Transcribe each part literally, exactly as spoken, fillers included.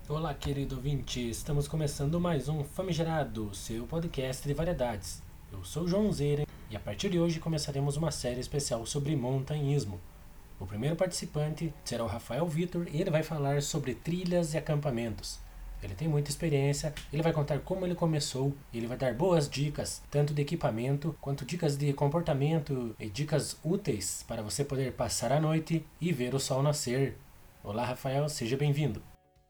Olá, querido ouvinte, estamos começando mais um Famigerado, seu podcast de variedades. Eu sou o João Zeira e a partir de hoje começaremos uma série especial sobre montanhismo. O primeiro participante será o Rafael Vitor e ele vai falar sobre trilhas e acampamentos. Ele tem muita experiência, ele vai contar como ele começou, ele vai dar boas dicas, tanto de equipamento quanto dicas de comportamento e dicas úteis para você poder passar a noite e ver o sol nascer. Olá, Rafael, seja bem-vindo.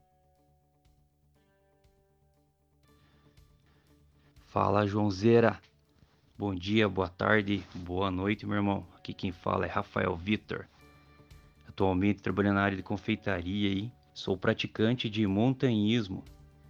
Fala, Joãozeira. Bom dia, boa tarde, boa noite, meu irmão. Aqui quem fala é Rafael Vitor. Atualmente trabalhando na área de confeitaria aí. Sou praticante de montanhismo.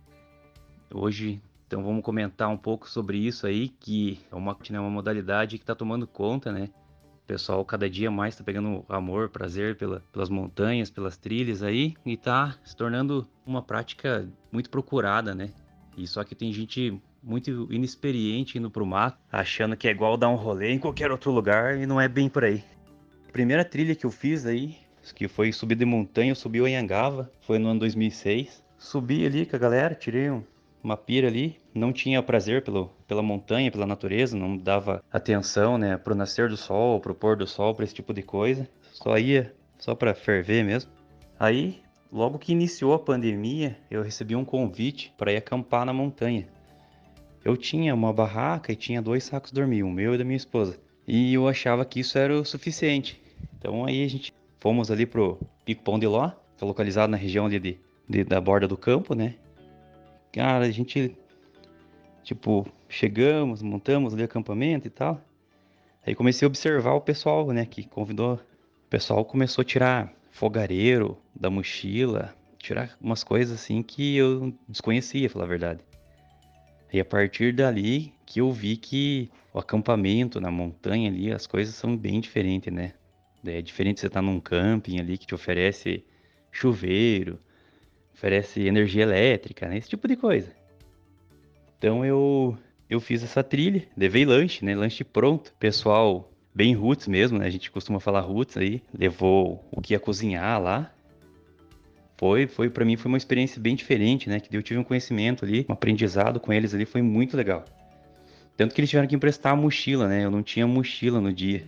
Hoje, então vamos comentar um pouco sobre isso aí, que é uma, né, uma modalidade que está tomando conta, né? O pessoal cada dia mais está pegando amor, prazer pela, pelas montanhas, pelas trilhas aí, e está se tornando uma prática muito procurada, né? E só que tem gente muito inexperiente indo pro mato, achando que é igual dar um rolê em qualquer outro lugar, e não é bem por aí. A primeira trilha que eu fiz aí, que foi subir de montanha, eu subi o Anhangava, foi no ano dois mil e seis. Subi ali com a galera, tirei um, uma pira ali, não tinha prazer pelo, pela montanha, pela natureza, não dava atenção, né, pro nascer do sol, pro pôr do sol, pra esse tipo de coisa. Só ia só pra ferver mesmo. Aí, logo que iniciou a pandemia, eu recebi um convite para ir acampar na montanha. Eu tinha uma barraca e tinha dois sacos de dormir, o meu e da minha esposa. E eu achava que isso era o suficiente. Então aí a gente fomos ali pro Pico Pão de Ló, que é localizado na região ali de, de- da borda do campo, né? Cara, a gente, tipo, chegamos, montamos ali o acampamento e tal. Aí comecei a observar o pessoal, né, que convidou. O pessoal começou a tirar fogareiro da mochila, tirar umas coisas assim que eu desconhecia, falar a verdade. E a partir dali que eu vi que o acampamento na montanha ali, as coisas são bem diferentes, né? É diferente você estar num camping ali que te oferece chuveiro, oferece energia elétrica, né? Esse tipo de coisa. Então eu eu fiz essa trilha, levei lanche, né? Lanche pronto. Pessoal bem roots mesmo, né? A gente costuma falar roots aí. Levou o que ia cozinhar lá. Foi, foi para mim foi uma experiência bem diferente, né? Que eu tive um conhecimento ali, um aprendizado com eles ali, foi muito legal. Tanto que eles tiveram que emprestar a mochila, né? Eu não tinha mochila no dia.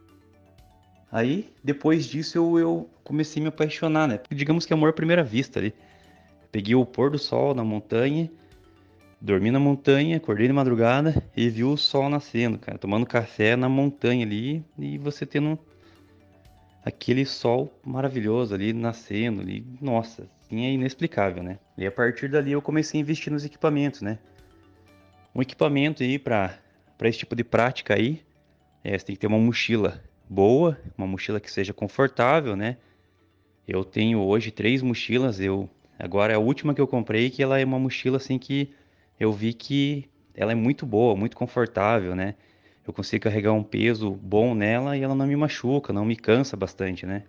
Aí, depois disso, eu, eu comecei a me apaixonar, né? Porque digamos que é amor à primeira vista ali. Peguei o pôr do sol na montanha, dormi na montanha, acordei de madrugada e vi o sol nascendo, cara. Tomando café na montanha ali e você tendo aquele sol maravilhoso ali nascendo ali. Nossa, assim é inexplicável, né? E a partir dali eu comecei a investir nos equipamentos, né? Um equipamento aí para para esse tipo de prática aí. É, você tem que ter uma mochila boa, uma mochila que seja confortável, né? Eu tenho hoje três mochilas, eu agora é a última que eu comprei, que ela é uma mochila assim que eu vi que ela é muito boa, muito confortável, né? Eu consigo carregar um peso bom nela e ela não me machuca, não me cansa bastante, né?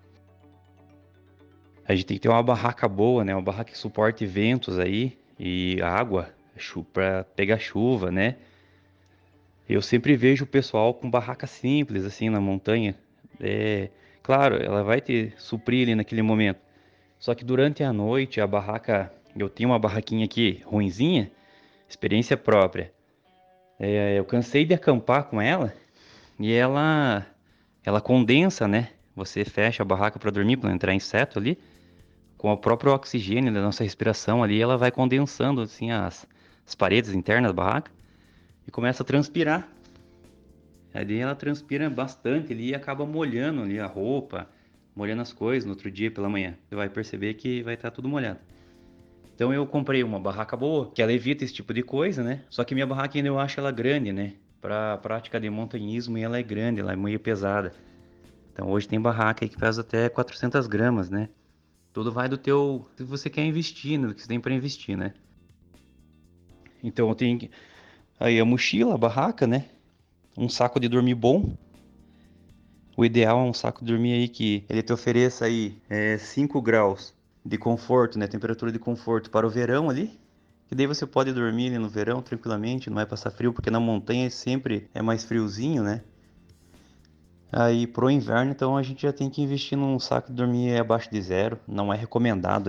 A gente tem que ter uma barraca boa, né? Uma barraca que suporte ventos aí e água para pegar chuva, né? Eu sempre vejo o pessoal com barraca simples, assim, na montanha. É, claro, ela vai te suprir ali naquele momento. Só que durante a noite, a barraca. Eu tenho uma barraquinha aqui ruinzinha, experiência própria. É, eu cansei de acampar com ela e ela. Ela condensa, né? Você fecha a barraca para dormir, para não entrar inseto ali. Com o próprio oxigênio da nossa respiração ali, ela vai condensando, assim, as, as paredes internas da barraca e começa a transpirar. Aí ela transpira bastante ali e acaba molhando ali a roupa, molhando as coisas no outro dia pela manhã. Você vai perceber que vai estar tudo molhado. Então eu comprei uma barraca boa, que ela evita esse tipo de coisa, né? Só que minha barraca ainda eu acho ela grande, né? Pra prática de montanhismo, ela é grande, ela é meio pesada. Então hoje tem barraca aí que pesa até quatrocentas gramas, né? Tudo vai do teu, do que você quer investir, né? Do que você tem para investir, né? Então eu tenho aí a mochila, a barraca, né? Um saco de dormir bom. O ideal é um saco de dormir aí que ele te ofereça aí é, cinco graus de conforto, né? Temperatura de conforto para o verão ali. Que daí você pode dormir ali no verão tranquilamente, não vai passar frio, porque na montanha sempre é mais friozinho, né? Aí pro inverno, então a gente já tem que investir num saco de dormir abaixo de zero. Não é recomendado aí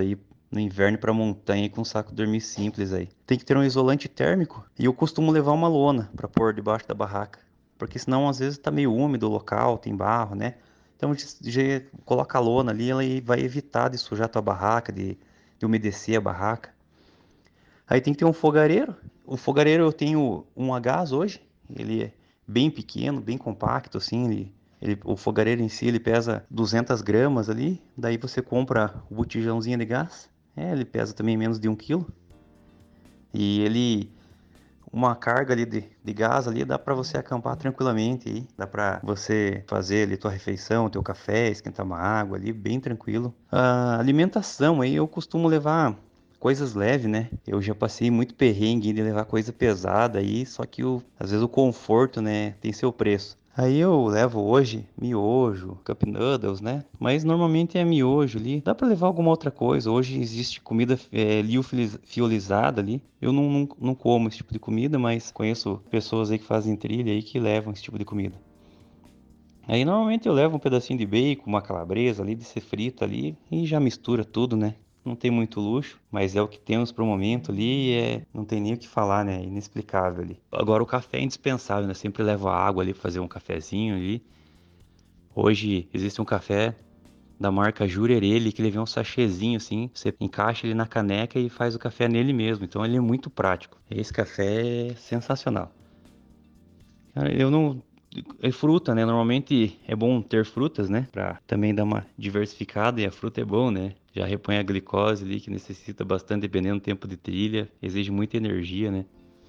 no inverno pra montanha com um saco de dormir simples aí. Tem que ter um isolante térmico e eu costumo levar uma lona pra pôr debaixo da barraca, porque senão às vezes tá meio úmido o local, tem barro, né? Então já coloca a lona ali, ela vai evitar de sujar a tua barraca, de, de umedecer a barraca. Aí tem que ter um fogareiro. O fogareiro eu tenho um a gás hoje. Ele é bem pequeno, bem compacto, assim. Ele, ele, o fogareiro em si ele pesa duzentas gramas ali. Daí você compra o botijãozinho de gás. É, ele pesa também menos de um quilo. E ele, uma carga ali de, de gás ali dá para você acampar tranquilamente aí. Dá para você fazer ali tua refeição, teu café, esquentar uma água ali, bem tranquilo. A alimentação aí eu costumo levar coisas leves, né? Eu já passei muito perrengue de levar coisa pesada aí, só que o, às vezes o conforto, né, tem seu preço. Aí eu levo hoje miojo, cup noodles, né? Mas normalmente é miojo ali. Dá pra levar alguma outra coisa. Hoje existe comida é, liofilizada ali. Eu não, não, não como esse tipo de comida, mas conheço pessoas aí que fazem trilha aí que levam esse tipo de comida. Aí normalmente eu levo um pedacinho de bacon, uma calabresa ali de ser frita ali e já mistura tudo, né? Não tem muito luxo, mas é o que temos pro momento ali e é... não tem nem o que falar, né? É inexplicável ali. Agora o café é indispensável, né? Sempre levo a água ali pra fazer um cafezinho ali. Hoje existe um café da marca Jurerê que ele vem um sachêzinho assim, você encaixa ele na caneca e faz o café nele mesmo. Então ele é muito prático. Esse café é sensacional. Cara, eu não. É fruta, né? Normalmente é bom ter frutas, né? Pra também dar uma diversificada e a fruta é bom, né? Já repõe a glicose ali que necessita bastante dependendo do tempo de trilha, exige muita energia, né?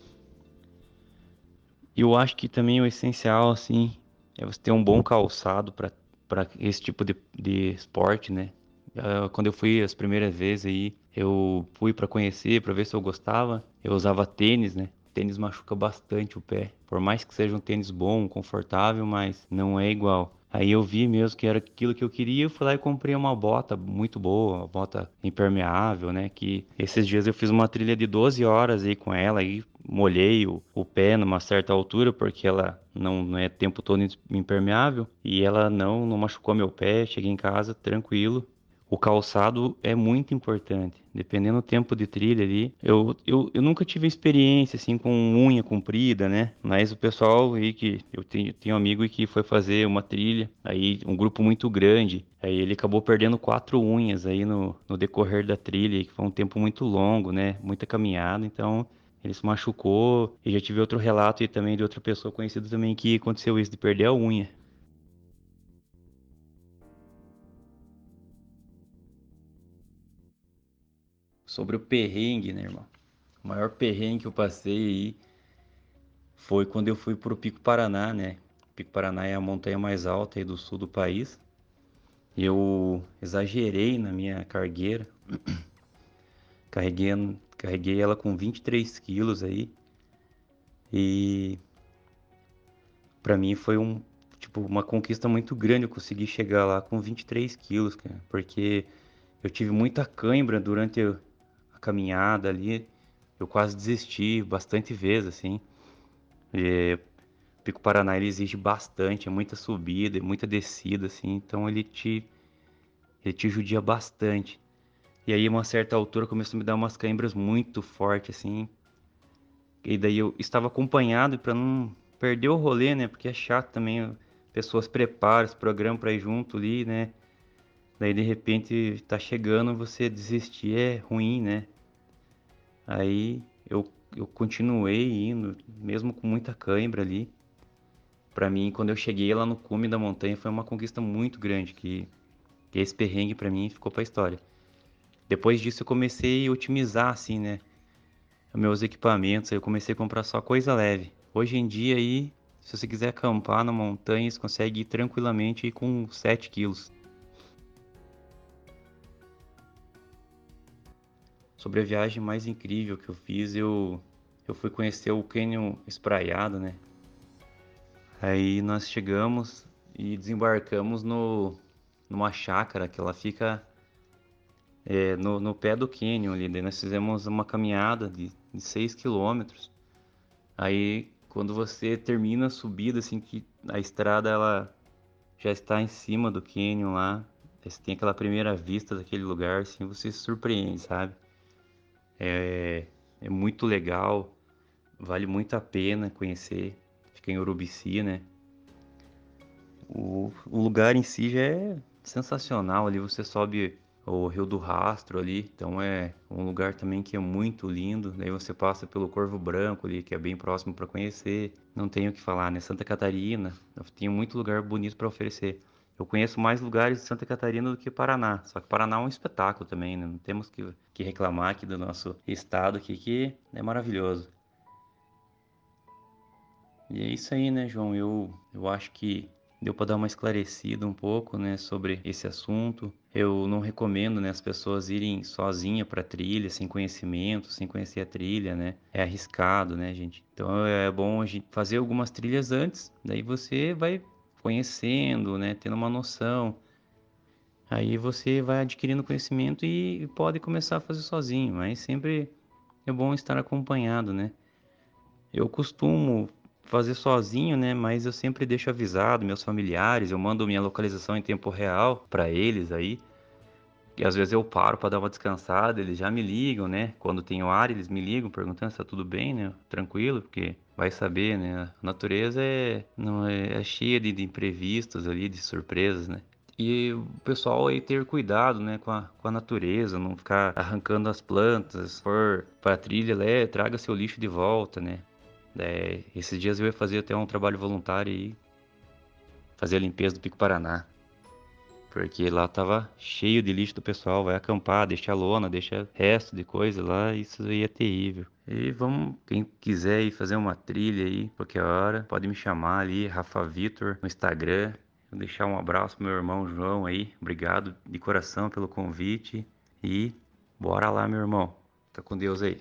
E eu acho que também o essencial, assim, é você ter um bom calçado para para esse tipo de, de esporte, né? Ah, quando eu fui as primeiras vezes aí, eu fui para conhecer, para ver se eu gostava. Eu usava tênis, né? Tênis machuca bastante o pé. Por mais que seja um tênis bom, confortável, mas não é igual. Aí eu vi mesmo que era aquilo que eu queria, eu fui lá e comprei uma bota muito boa, uma bota impermeável, né? Que esses dias eu fiz uma trilha de doze horas aí com ela e molhei o, o pé numa certa altura, porque ela não, não é tempo todo impermeável, e ela não, não machucou meu pé, cheguei em casa tranquilo. O calçado é muito importante, dependendo do tempo de trilha ali. Eu, eu, eu nunca tive experiência assim com unha comprida, né? Mas o pessoal aí que eu tenho, tenho um amigo que foi fazer uma trilha, aí um grupo muito grande, aí ele acabou perdendo quatro unhas aí no, no decorrer da trilha, que foi um tempo muito longo, né? Muita caminhada, então ele se machucou. E já tive outro relato e também de outra pessoa conhecida também que aconteceu isso de perder a unha. Sobre o perrengue, né, irmão? O maior perrengue que eu passei aí foi quando eu fui pro Pico Paraná, né? O Pico Paraná é a montanha mais alta aí do sul do país. E eu exagerei na minha cargueira. Carreguei, carreguei ela com vinte e três quilos aí. E pra mim foi um, tipo, uma conquista muito grande eu conseguir chegar lá com vinte e três quilos, cara. Porque eu tive muita cãibra durante a caminhada ali. Eu quase desisti bastante vezes, assim. E o Pico Paraná ele exige bastante, é muita subida, é muita descida, assim. Então ele te, ele te judia bastante. E aí, a uma certa altura, começou a me dar umas cãibras muito fortes, assim. E daí eu estava acompanhado para não perder o rolê, né? Porque é chato também. Pessoas preparam, se programam para ir junto ali, né? Daí de repente tá chegando, você desistir é ruim, né? Aí eu, eu continuei indo, mesmo com muita cãibra ali. Pra mim, quando eu cheguei lá no cume da montanha, foi uma conquista muito grande, que, que esse perrengue pra mim ficou pra história. Depois disso eu comecei a otimizar, assim, né? Meus equipamentos, eu comecei a comprar só coisa leve. Hoje em dia aí, se você quiser acampar na montanha, você consegue ir tranquilamente com sete quilos. Sobre a viagem mais incrível que eu fiz, eu, eu fui conhecer o Canyon Espraiado, né? Aí nós chegamos e desembarcamos no, numa chácara que ela fica é, no, no pé do Canyon ali. Daí nós fizemos uma caminhada de, de seis quilômetros. Aí quando você termina a subida, assim, que a estrada ela já está em cima do Canyon lá, Aí você tem aquela primeira vista daquele lugar, assim, você se surpreende, sabe? É, é muito legal, vale muito a pena conhecer. Fica em Urubici, né? O, o lugar em si já é sensacional. Ali você sobe o Rio do Rastro ali, então é um lugar também que é muito lindo. Daí você passa pelo Corvo Branco ali, que é bem próximo para conhecer. Não tenho o que falar, né? Santa Catarina, tem muito lugar bonito para oferecer. Eu conheço mais lugares de Santa Catarina do que Paraná. Só que Paraná é um espetáculo também, né? Não temos que, que reclamar aqui do nosso estado aqui, que é maravilhoso. E é isso aí, né, João? Eu, eu acho que deu para dar uma esclarecida um pouco, né, sobre esse assunto. Eu não recomendo, né, as pessoas irem sozinha para trilha, sem conhecimento, sem conhecer a trilha, né? É arriscado, né, gente? Então é bom a gente fazer algumas trilhas antes, daí você vai conhecendo, né, tendo uma noção. Aí você vai adquirindo conhecimento e pode começar a fazer sozinho, mas sempre é bom estar acompanhado, né? Eu costumo fazer sozinho, né? Mas eu sempre deixo avisado meus familiares, eu mando minha localização em tempo real para eles aí. E às vezes eu paro para dar uma descansada, eles já me ligam, né? Quando tem ar, eles me ligam perguntando se tá tudo bem, né? Tranquilo, porque vai saber, né? A natureza é, não é, é cheia de, de imprevistos ali, de surpresas, né? E o pessoal aí ter cuidado, né, com a, com a natureza, não ficar arrancando as plantas. Se for para trilha, né, traga seu lixo de volta, né? É, esses dias eu ia fazer até um trabalho voluntário e fazer a limpeza do Pico Paraná. Porque lá tava cheio de lixo do pessoal, vai acampar, deixa lona, deixa resto de coisa lá, isso aí é terrível. E vamos, quem quiser ir fazer uma trilha aí, qualquer hora, pode me chamar ali, Rafa Vitor, no Instagram. Vou deixar um abraço pro meu irmão João aí, obrigado de coração pelo convite e bora lá, meu irmão. Fica com Deus aí.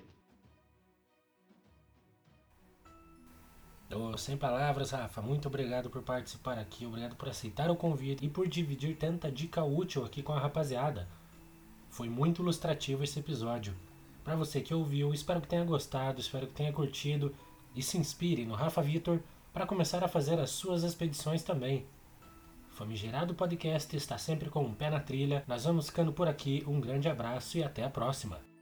Oh, sem palavras, Rafa. Muito obrigado por participar aqui, obrigado por aceitar o convite e por dividir tanta dica útil aqui com a rapaziada. Foi muito ilustrativo esse episódio. Para você que ouviu, espero que tenha gostado, espero que tenha curtido e se inspire no Rafa Vitor para começar a fazer as suas expedições também. O Famigerado Podcast está sempre com um pé na trilha. Nós vamos ficando por aqui. Um grande abraço e até a próxima.